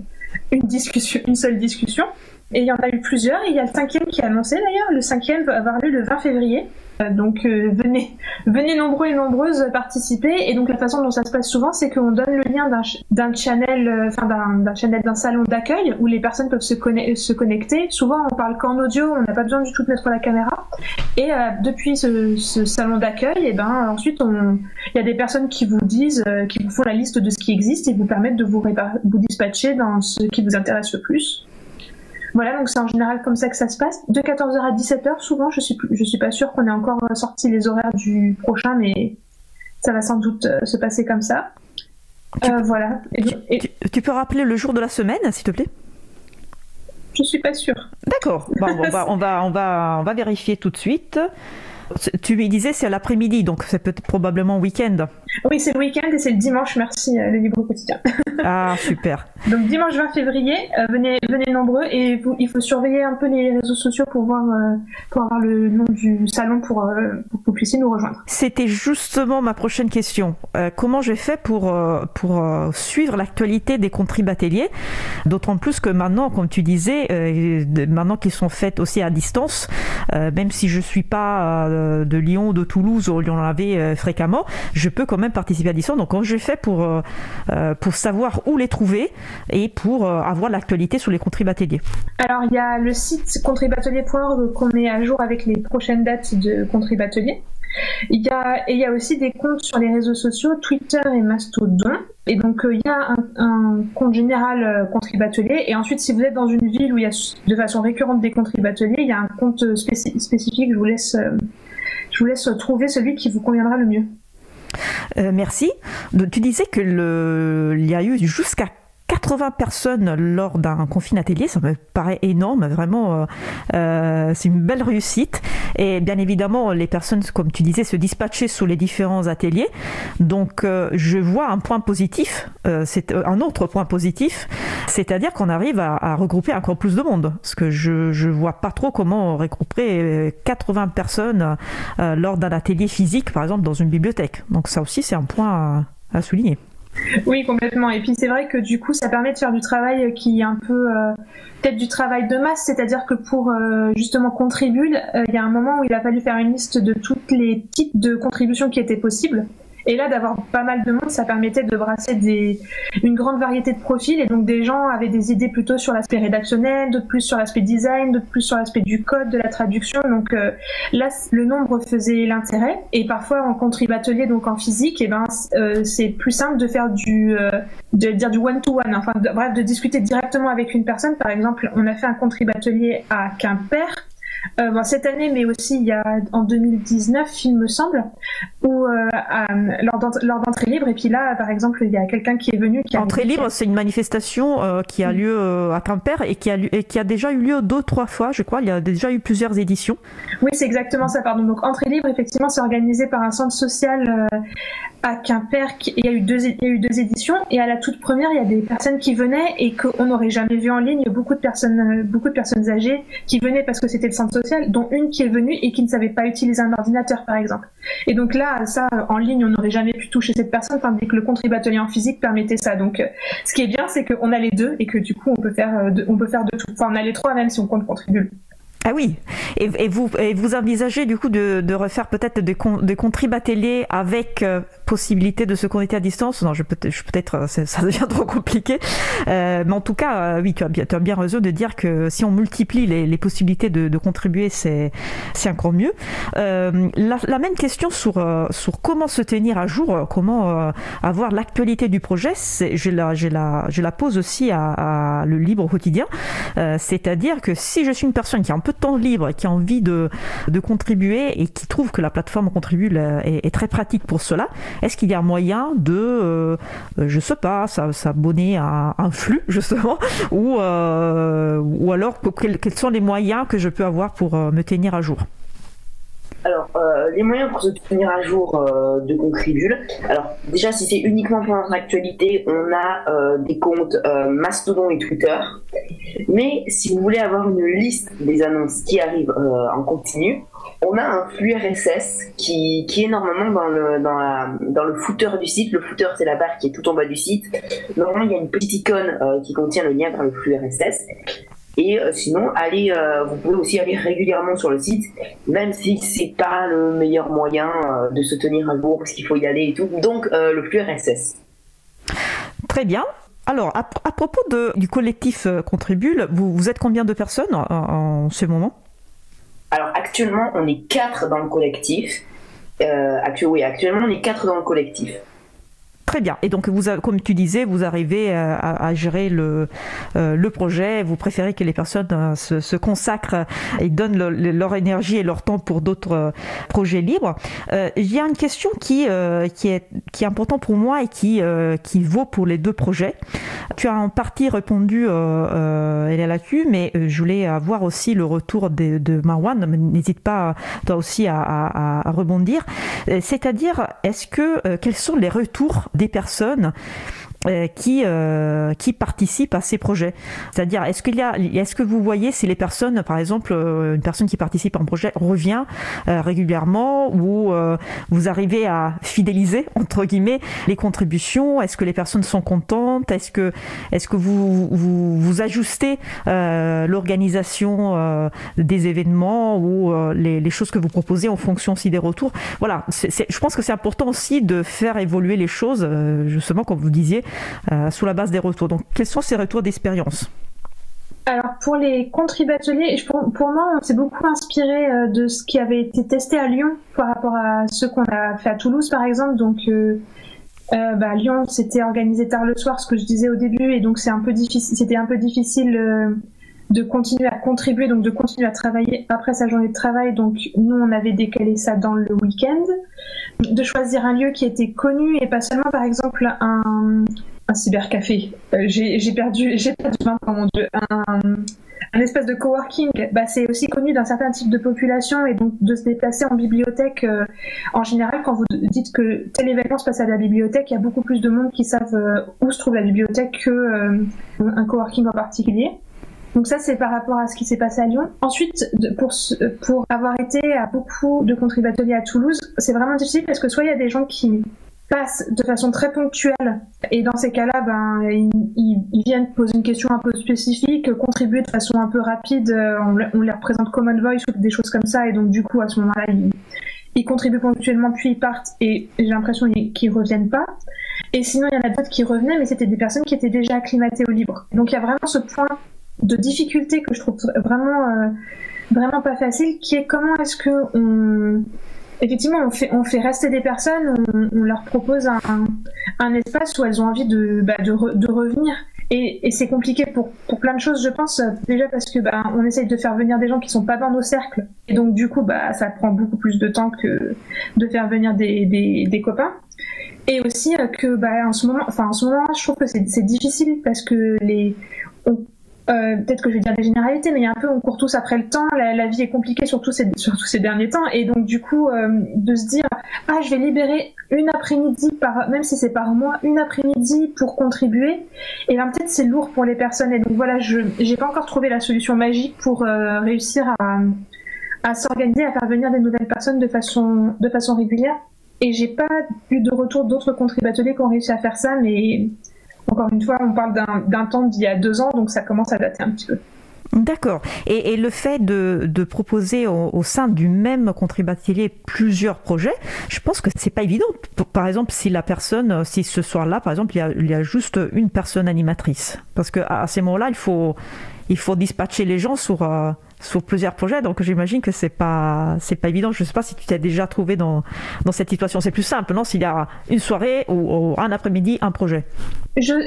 Speaker 2: une seule discussion. Et il y en a eu plusieurs, et il y a le 5e qui est annoncé d'ailleurs. Le 5e va avoir lieu le 20 février. Donc venez nombreux et nombreuses participer. Et donc la façon dont ça se passe souvent, c'est qu'on donne le lien d'un channel, d'un salon d'accueil où les personnes peuvent se connecter. Souvent on parle qu'en audio, on n'a pas besoin du tout de mettre la caméra. Et depuis ce salon d'accueil, ensuite il y a des personnes qui vous disent, qui vous font la liste de ce qui existe et vous permettent de vous dispatcher dans ce qui vous intéresse le plus. Voilà, donc c'est en général comme ça que ça se passe. De 14h à 17h, souvent, je suis pas sûre qu'on ait encore sorti les horaires du prochain, mais ça va sans doute se passer comme ça. Voilà.
Speaker 1: Tu peux rappeler le jour de la semaine, s'il te plaît ?
Speaker 2: Je suis pas sûre.
Speaker 1: D'accord. On va vérifier tout de suite. Tu me disais c'est l'après-midi, donc c'est peut-être probablement week-end.
Speaker 2: Oui, c'est le week-end et c'est le dimanche, merci, le Libre Quotidien.
Speaker 1: Ah, super. Donc
Speaker 2: dimanche 20 février, venez nombreux et il faut surveiller un peu les réseaux sociaux pour avoir le nom du salon pour que vous puissiez nous rejoindre.
Speaker 1: C'était justement ma prochaine question. Comment j'ai fait pour suivre l'actualité des contribateliers, d'autant plus que maintenant, comme tu disais, maintenant qu'ils sont faits aussi à distance, même si je suis pas de Lyon ou de Toulouse où on en avait fréquemment, je peux quand même participer à distance. Donc comment j'ai fait pour savoir où les trouver et pour avoir l'actualité sur les contribateliers?
Speaker 2: Alors il y a le site contribatelier.org qu'on met à jour avec les prochaines dates de contribatelier. Il y a aussi des comptes sur les réseaux sociaux, Twitter et Mastodon. Et donc il y a un compte général contribatelier. Et ensuite, si vous êtes dans une ville où il y a de façon récurrente des contribateliers, il y a un compte spécifique. Je vous laisse trouver celui qui vous conviendra le mieux.
Speaker 1: Merci. Tu disais que il y a eu jusqu'à 80 personnes lors d'un confinement atelier, ça me paraît énorme, vraiment, c'est une belle réussite. Et bien évidemment, les personnes, comme tu disais, se dispatchaient sur les différents ateliers. Donc, je vois un point positif, c'est un autre point positif, c'est-à-dire qu'on arrive à regrouper encore plus de monde. Parce que je vois pas trop comment regrouper 80 personnes lors d'un atelier physique, par exemple, dans une bibliothèque. Donc ça aussi, c'est un point à souligner.
Speaker 2: Oui, complètement. Et puis c'est vrai que du coup, ça permet de faire du travail qui est un peu peut-être du travail de masse, c'est-à-dire que pour justement Contribule, il y a un moment où il a fallu faire une liste de toutes les types de contributions qui étaient possibles. Et là, d'avoir pas mal de monde, ça permettait de brasser une grande variété de profils. Et donc, des gens avaient des idées plutôt sur l'aspect rédactionnel, d'autres plus sur l'aspect design, d'autres plus sur l'aspect du code, de la traduction. Donc là, le nombre faisait l'intérêt. Et parfois, en contribatelier, donc en physique, c'est plus simple de faire du one-to-one. Enfin, bref, de discuter directement avec une personne. Par exemple, on a fait un contribatelier à Quimper. Cette année, mais aussi il y a en 2019, il me semble, où lors d'entrée libre. Et puis là, par exemple, il y a quelqu'un qui est venu.
Speaker 1: Entrée libre, c'est une manifestation qui a lieu à Quimper et qui a déjà eu lieu 2-3 fois, je crois. Il y a déjà eu plusieurs éditions.
Speaker 2: Oui, c'est exactement ça. Pardon. Donc entrée libre, effectivement, c'est organisé par un centre social à Quimper. Il y a eu deux éditions. Et à la toute première, il y a des personnes qui venaient et qu'on n'aurait jamais vu en ligne. Beaucoup de personnes âgées qui venaient parce que c'était le centre social, dont une qui est venue et qui ne savait pas utiliser un ordinateur, par exemple. Et donc là, ça, en ligne, on n'aurait jamais pu toucher cette personne, tandis que le contribatelier en physique permettait ça. Donc, ce qui est bien, c'est qu'on a les deux et que du coup, on peut faire de tout. Enfin, on a les trois, même si on compte Contribule.
Speaker 1: Ah oui, et vous envisagez du coup de refaire peut-être des contribateliers avec possibilité de se connecter à distance? Non, peut-être ça devient trop compliqué, mais en tout cas, oui, tu as bien raison de dire que si on multiplie les possibilités de contribuer, c'est encore mieux. La même question sur comment se tenir à jour, comment avoir l'actualité du projet, je la pose aussi à le Libre Quotidien, c'est-à-dire que si je suis une personne qui est un peu peu de temps libre, qui a envie de contribuer et qui trouve que la plateforme Contribule est très pratique pour cela, est-ce qu'il y a moyen de, je sais pas, s'abonner à un flux justement, ou alors quels sont les moyens que je peux avoir pour me tenir à jour?
Speaker 3: Alors, les moyens pour se tenir à jour de Contribule. Alors, déjà, si c'est uniquement pour notre actualité, on a des comptes Mastodon et Twitter. Mais si vous voulez avoir une liste des annonces qui arrivent en continu, on a un flux RSS qui est normalement dans le footer du site. Le footer, c'est la barre qui est tout en bas du site. Normalement, il y a une petite icône qui contient le lien vers le flux RSS. Et sinon, vous pouvez aussi aller régulièrement sur le site, même si c'est pas le meilleur moyen de se tenir à jour parce qu'il faut y aller et tout. Donc, le flux RSS.
Speaker 1: Très bien. Alors, à propos du collectif Contribule, vous êtes combien de personnes en ce moment?
Speaker 3: Alors, actuellement, on est 4 dans le collectif. Actuellement, on est 4 dans le collectif.
Speaker 1: Très bien. Et donc, comme tu disais, vous arrivez à gérer le projet. Vous préférez que les personnes se consacrent et donnent leur énergie et leur temps pour d'autres projets libres. Il y a une question qui est importante pour moi et qui vaut pour les deux projets. Tu as en partie répondu, LLAQ, mais je voulais avoir aussi le retour de Marwan. N'hésite pas, toi aussi, à rebondir. C'est-à-dire, quels sont les retours des personnes qui participent à ces projets? C'est-à-dire, est-ce que vous voyez si les personnes, par exemple, une personne qui participe à un projet revient régulièrement, ou vous arrivez à fidéliser, entre guillemets, les contributions? Est-ce que les personnes sont contentes? Est-ce que vous ajustez l'organisation des événements ou les choses que vous proposez en fonction aussi des retours? Voilà, je pense que c'est important aussi de faire évoluer les choses, justement, comme vous disiez, sous la base des retours. Donc, quels sont ces retours d'expérience?
Speaker 2: Alors, pour les contribateliers, pour moi, on s'est beaucoup inspiré de ce qui avait été testé à Lyon par rapport à ce qu'on a fait à Toulouse, par exemple. Donc, Lyon, c'était organisé tard le soir, ce que je disais au début, et donc c'était un peu difficile de continuer à contribuer, donc de continuer à travailler après sa journée de travail. Donc, nous, on avait décalé ça dans le week-end. De choisir un lieu qui était connu et pas seulement, par exemple, un cybercafé. J'ai perdu 20 ans, mon Dieu. Un espace de coworking, c'est aussi connu d'un certain type de population, et donc de se déplacer en bibliothèque. En général, quand vous dites que tel événement se passe à la bibliothèque, il y a beaucoup plus de monde qui savent où se trouve la bibliothèque qu'un coworking en particulier. Donc ça, c'est par rapport à ce qui s'est passé à Lyon. Ensuite, pour avoir été à beaucoup de contribateliers à Toulouse, c'est vraiment difficile parce que soit il y a des gens qui passent de façon très ponctuelle, et dans ces cas-là, ils viennent poser une question un peu spécifique, contribuer de façon un peu rapide, on les représente Common Voice ou des choses comme ça, et donc du coup, à ce moment-là, ils contribuent ponctuellement, puis ils partent, et j'ai l'impression qu'ils reviennent pas. Et sinon, il y en a d'autres qui revenaient, mais c'était des personnes qui étaient déjà acclimatées au libre. Donc il y a vraiment ce point de difficulté que je trouve vraiment pas facile, qui est comment est-ce que effectivement on fait rester des personnes, on leur propose un espace où elles ont envie de revenir, et c'est compliqué pour plein de choses, je pense, déjà parce que on essaye de faire venir des gens qui sont pas dans nos cercles, et donc du coup ça prend beaucoup plus de temps que de faire venir des copains. Et aussi que en ce moment je trouve que c'est difficile parce que peut-être que je vais dire des généralités, mais il y a un peu, on court tous après le temps, la vie est compliquée, surtout ces derniers temps, et donc du coup, de se dire, je vais libérer une après-midi, même si c'est par mois, une après-midi pour contribuer, et bien peut-être c'est lourd pour les personnes, et donc voilà, j'ai pas encore trouvé la solution magique pour réussir à s'organiser, à faire venir des nouvelles personnes de façon régulière, et j'ai pas eu de retour d'autres contribateliers qui ont réussi à faire ça, mais encore une fois, on parle d'un temps d'il y a 2 ans, donc ça commence à dater un petit peu.
Speaker 1: D'accord. Et le fait de proposer au sein du même contribatelier plusieurs projets, je pense que c'est pas évident. Par exemple, si ce soir-là, par exemple, il y a juste une personne animatrice, parce que à ces moments-là, il faut dispatcher les gens sur plusieurs projets, donc j'imagine que c'est pas évident. Je sais pas si tu t'es déjà trouvé dans cette situation. C'est plus simple, non, s'il y a une soirée ou un après-midi, un projet.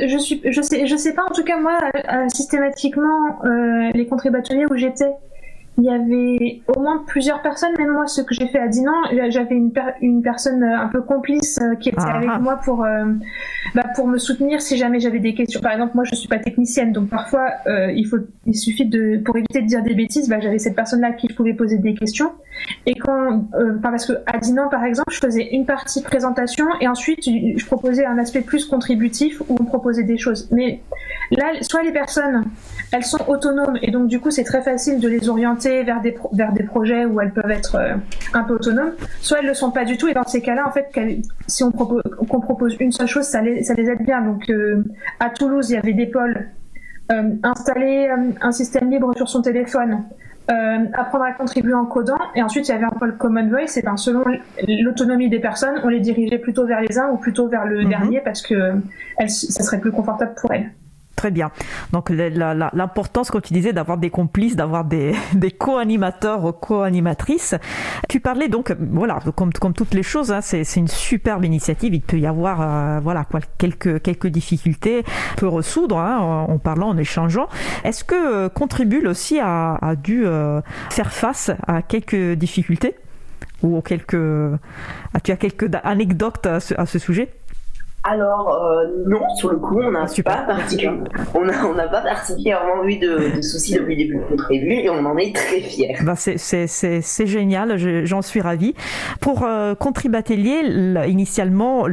Speaker 2: Je sais pas, en tout cas moi, systématiquement, les contribateliers où j'étais, il y avait au moins plusieurs personnes, même moi, ce que j'ai fait à Dinan, j'avais une personne un peu complice qui était avec moi pour me soutenir si jamais j'avais des questions. Par exemple, moi, je suis pas technicienne, donc parfois, il suffit pour éviter de dire des bêtises, j'avais cette personne-là à qui je pouvais poser des questions. Et parce que à Dinan, par exemple, je faisais une partie présentation et ensuite, je proposais un aspect plus contributif où on proposait des choses. Mais là, soit les personnes, elles sont autonomes et donc du coup, c'est très facile de les orienter vers des projets où elles peuvent être un peu autonomes, soit elles le sont pas du tout et dans ces cas-là, en fait, si qu'on propose une seule chose, ça les aide bien. Donc à Toulouse, il y avait des pôles installer un système libre sur son téléphone, apprendre à contribuer en codant, et ensuite il y avait un pôle Common Voice, et selon l'autonomie des personnes, on les dirigeait plutôt vers les uns ou plutôt vers le dernier parce que ça serait plus confortable pour elles.
Speaker 1: Très bien. Donc l'importance, comme tu disais, d'avoir des complices, d'avoir des co-animateurs ou co-animatrices. Tu parlais donc, voilà, comme toutes les choses, c'est une superbe initiative. Il peut y avoir quelques difficultés, on peut résoudre en parlant, en échangeant. Est-ce que Contribule aussi a dû faire face à quelques difficultés ou tu as quelques anecdotes à ce sujet?
Speaker 3: Alors non, sur le coup, on n'a pas particulièrement eu de soucis depuis le début de Contribule et on en est très fiers.
Speaker 1: C'est génial, j'en suis ravie. Pour Contribatelier, initialement,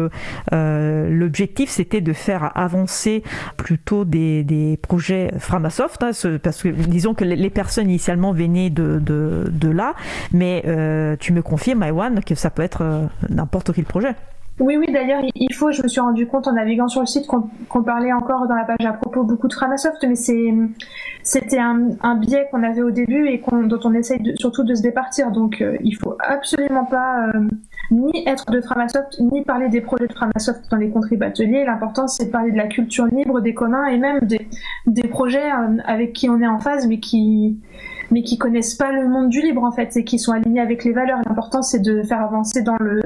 Speaker 1: l'objectif c'était de faire avancer plutôt des projets Framasoft, parce que disons que les personnes initialement venaient de là, mais tu me confirmes, Maïwan, que ça peut être n'importe quel projet.
Speaker 2: Oui, d'ailleurs, je me suis rendu compte en naviguant sur le site qu'on parlait encore dans la page à propos beaucoup de Framasoft, mais c'était un biais qu'on avait au début et dont on essaye surtout de se départir. Donc, il faut absolument pas ni être de Framasoft, ni parler des projets de Framasoft dans les contribateliers. L'important, c'est de parler de la culture libre, des communs et même des projets avec qui on est en phase, mais qui connaissent pas le monde du libre, en fait, et qui sont alignés avec les valeurs. L'important, c'est de faire avancer dans le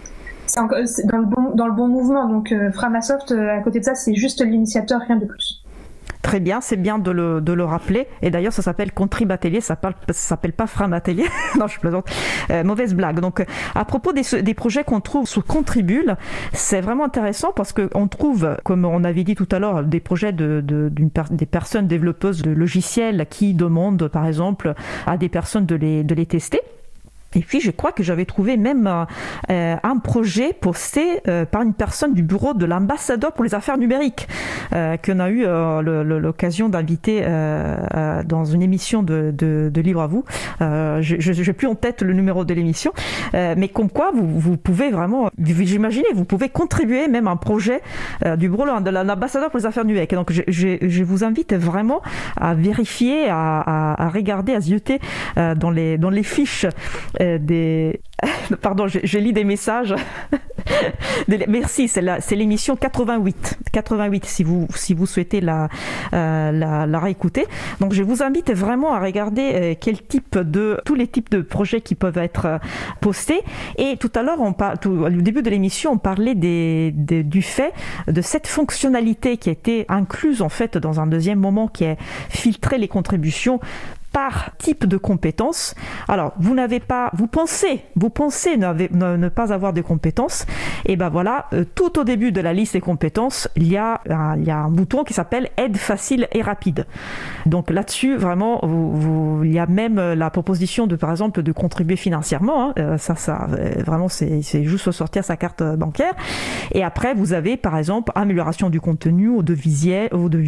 Speaker 2: bon mouvement. Donc Framasoft, à côté de ça, c'est juste l'initiateur, rien de plus.
Speaker 1: Très bien, c'est bien de le rappeler. Et d'ailleurs, ça s'appelle Contribatelier, ça s'appelle pas Framatelier. Non, je plaisante. Mauvaise blague. Donc, à propos des projets qu'on trouve sur Contribule, c'est vraiment intéressant parce qu'on trouve, comme on avait dit tout à l'heure, des projets des personnes développeuses de logiciels qui demandent, par exemple, à des personnes de les tester. Et puis, je crois que j'avais trouvé même un projet posté par une personne du bureau de l'ambassadeur pour les affaires numériques qu'on a eu l'occasion d'inviter dans une émission de Libre à vous. Je n'ai plus en tête le numéro de l'émission, mais comme quoi vous pouvez vraiment, j'imaginais, vous pouvez contribuer même à un projet du bureau de l'ambassadeur pour les affaires numériques. Et donc, je vous invite vraiment à vérifier, à regarder, à zioter dans les fiches Pardon, je lis des messages. Merci, c'est l'émission 88 si vous souhaitez la réécouter. Donc je vous invite vraiment à regarder tous les types de projets qui peuvent être postés. Et tout à l'heure, au début de l'émission, on parlait du fait de cette fonctionnalité qui a été incluse en fait dans un deuxième moment, qui est filtrer les contributions par type de compétences. Alors, vous pensez ne pas avoir de compétences, et ben voilà, tout au début de la liste des compétences, il y a un bouton qui s'appelle aide facile et rapide. Donc là-dessus, vraiment, il y a même la proposition par exemple, de contribuer financièrement. Ça, vraiment, c'est juste sortir sa carte bancaire. Et après, vous avez, par exemple, amélioration du contenu, audiovisuel,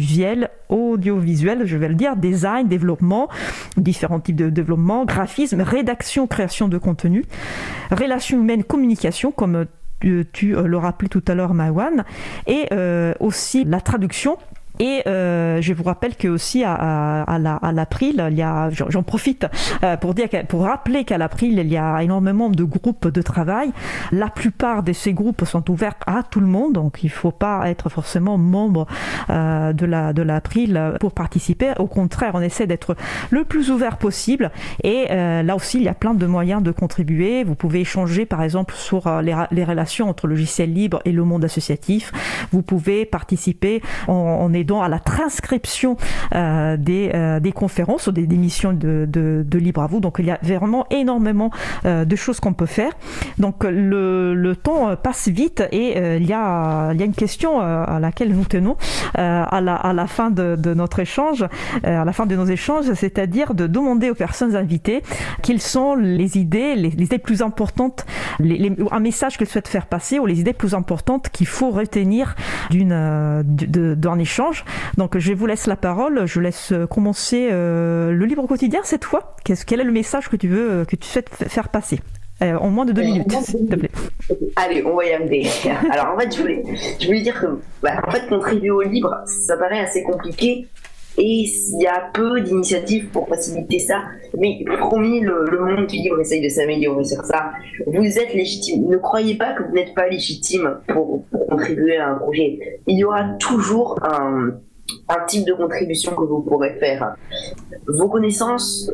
Speaker 1: je vais le dire, design, développement, différents types de développement, graphisme, rédaction, création de contenu, relations humaines, communication, comme tu le rappelais tout à l'heure, Maïwan, et aussi la traduction. Et je vous rappelle que aussi à l'April, j'en profite pour rappeler qu'à l'April, il y a énormément de groupes de travail. La plupart de ces groupes sont ouverts à tout le monde, donc il ne faut pas être forcément membre de l'April pour participer. Au contraire, on essaie d'être le plus ouvert possible. Et là aussi, il y a plein de moyens de contribuer. Vous pouvez échanger, par exemple, sur les relations entre le logiciel libre et le monde associatif. Vous pouvez participer en aidant dons à la transcription des conférences ou des émissions de Libre à vous. Donc il y a vraiment énormément de choses qu'on peut faire. Donc le temps passe vite et il y a une question à laquelle nous tenons à la fin de notre échange, à la fin de nos échanges, c'est-à-dire de demander aux personnes invitées quelles sont les idées plus importantes, un message qu'elles souhaitent faire passer ou les idées plus importantes qu'il faut retenir d'un échange. Donc je vous laisse la parole, je laisse commencer le Libre Quotidien cette fois. Quel est le message que tu souhaites faire passer en moins de 2 minutes, s'il te plaît.
Speaker 3: Allez, on va y arriver. Alors en fait, je voulais dire que en fait, contribuer au libre, ça paraît assez compliqué et il y a peu d'initiatives pour faciliter ça. Mais promis, le monde du libre essaye de s'améliorer sur ça. Vous êtes légitime. Ne croyez pas que vous n'êtes pas légitime pour contribuer à un projet. Il y aura toujours un type de contribution que vous pourrez faire. Vos connaissances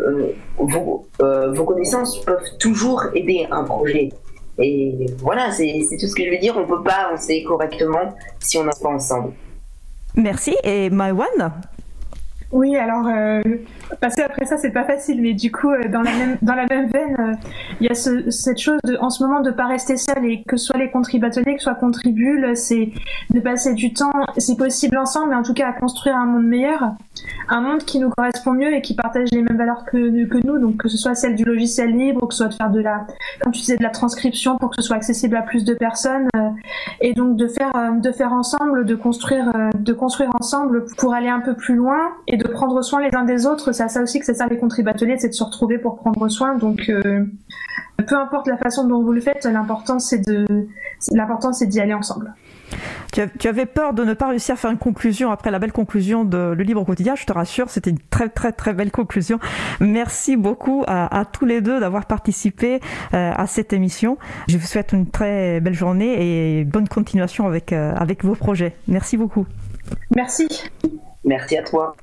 Speaker 3: peuvent toujours aider un projet. Et voilà, c'est tout ce que je veux dire. On ne peut pas avancer correctement si on n'a pas ensemble.
Speaker 1: Merci. Et Maïwan ?
Speaker 2: Oui, alors passer après ça, c'est pas facile, mais du coup, dans la même veine, il y a cette chose en ce moment de pas rester seul, et que ce soit les contribuateliers, que ce soit Contribule, c'est de passer du temps, c'est possible ensemble, mais en tout cas à construire un monde meilleur, un monde qui nous correspond mieux et qui partage les mêmes valeurs que nous, donc que ce soit celle du logiciel libre, que ce soit de faire comme tu disais, de la transcription pour que ce soit accessible à plus de personnes, et donc de faire ensemble, de construire ensemble pour aller un peu plus loin et de prendre soin les uns des autres. C'est à ça aussi que ça sert les contribuateliers, c'est de se retrouver pour prendre soin. Donc peu importe la façon dont vous le faites, l'important c'est d'y aller ensemble.
Speaker 1: Tu avais peur de ne pas réussir à faire une conclusion après la belle conclusion de Le Libre Quotidien. Je te rassure, c'était une très très très belle conclusion. Merci beaucoup à tous les deux d'avoir participé à cette émission. Je vous souhaite une très belle journée et bonne continuation avec vos projets. Merci beaucoup.
Speaker 2: Merci.
Speaker 3: Merci à toi.